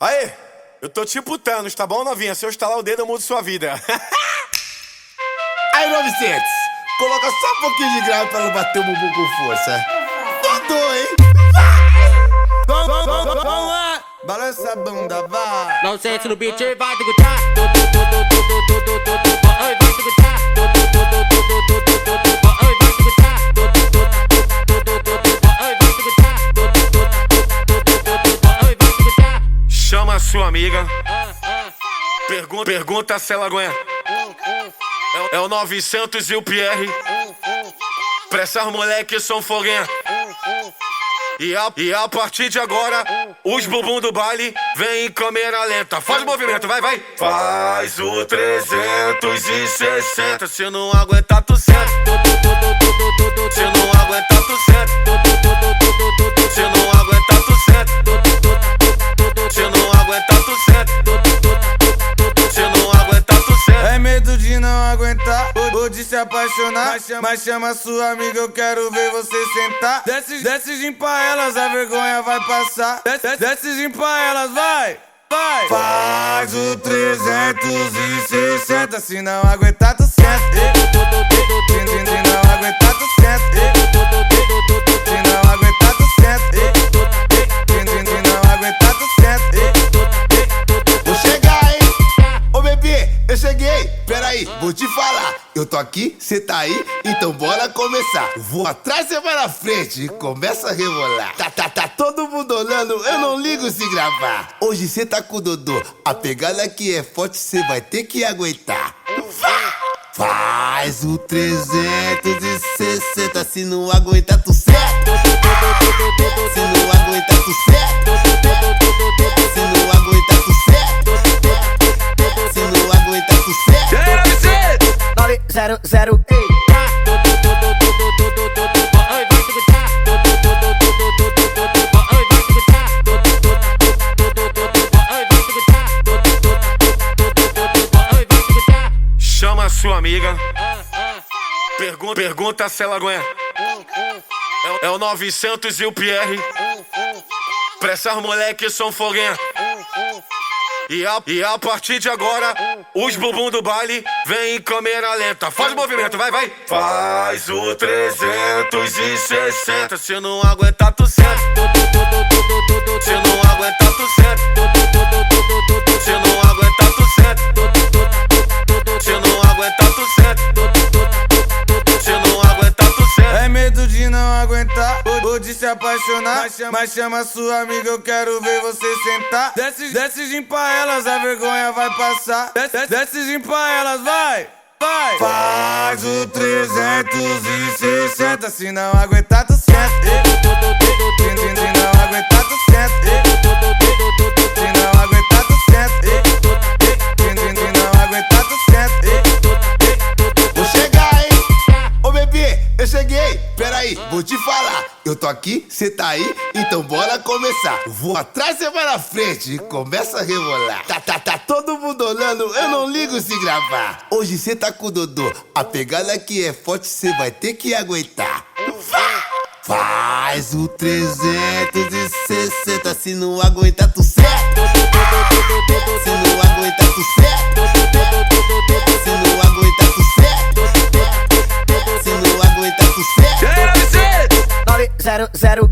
Aí, eu tô tipo Thanos, tá bom, novinha? Se eu estalar o dedo, eu mudo sua vida. Aí, 900, coloca só um pouquinho de grave pra ela bater o bumbum com força. Dodô, hein? Vamos lá! Balança a bunda, vai! 900 no beat, vai tugutar. Oi, vai tugutar. Oi, vai tugutar. Oi, vai tugutar. Oi, vai tugutar. Chama a sua amiga. Pergunta se ela aguenta. É o 900 e o Pierre. Pra essas moleques são foguinha. E a partir de agora, os bumbum do baile vem em câmera lenta. Faz o movimento, vai, vai. Faz o 360. Se não aguentar, tu senta. Se não aguentar, tu senta. Se não aguentar, tu senta. Se não aguentar, tu senta. Se não aguentar, tu senta. É medo de não aguentar ou de se apaixonar, mas chama sua amiga, eu quero ver você sentar. Desce gin pra elas, a vergonha vai passar. Desce gin pra elas, vai, vai. Faz o 360, se não aguentar tu senta. Se não aguentar tu senta. Se não aguentar tu senta. Se não aguentar tu senta. Vou chegar, hein? Ô bebê, eu cheguei. Peraí, vou te falar. Eu tô aqui, cê tá aí, então bora começar. Vou atrás, cê vai na frente e começa a rebolar. Tá todo mundo olhando, eu não ligo se gravar. Hoje cê tá com o Dodô, a pegada aqui é forte, cê vai ter que aguentar. Faz o 360, se não aguentar tu senta. Se não aguentar tu senta. Se não aguentar tu senta. Se não aguentar tu senta. 900, ei. Oi, vai tugutar. Oi, vai tugutar. Oi, vai tugutar. Oi, vai tugutar. Chama a sua amiga. Pergunta se ela aguenta. É o 900 e o Pierre. Pra essas moleques são foguinha. E a partir de agora, os bumbum do baile vem em câmera lenta. Faz o movimento, vai, vai. Faz o 360. Se não aguentar, tu senta. Se não aguentar, tu senta. Se não aguentar, tu senta. Se não aguentar, tu senta. Se não aguentar, tu senta. É medo de não aguentar ou de se apaixonar, mas chama sua amiga, eu quero ver você sentar. Desce gin pra elas, a vergonha vai passar. Desce gin pra elas, vai, vai. Faz o 360, se não aguentar tu senta. Se não aguentar tu senta. Se não aguentar tu senta. Se não aguentar tu senta. Vou chegar, hein? Ô bebê, eu cheguei. Peraí, vou te falar. Eu tô aqui, cê tá aí, então bora começar. Vou atrás, cê vai na frente e começa a rebolar. Tá todo mundo olhando, eu não ligo se gravar. Hoje cê tá com o Dodô, a pegada aqui é forte, cê vai ter que aguentar. Faz o 360, se não aguentar tu senta. Se não aguentar tu senta. Se não aguentar tu senta. Se não aguentar tu senta. 900.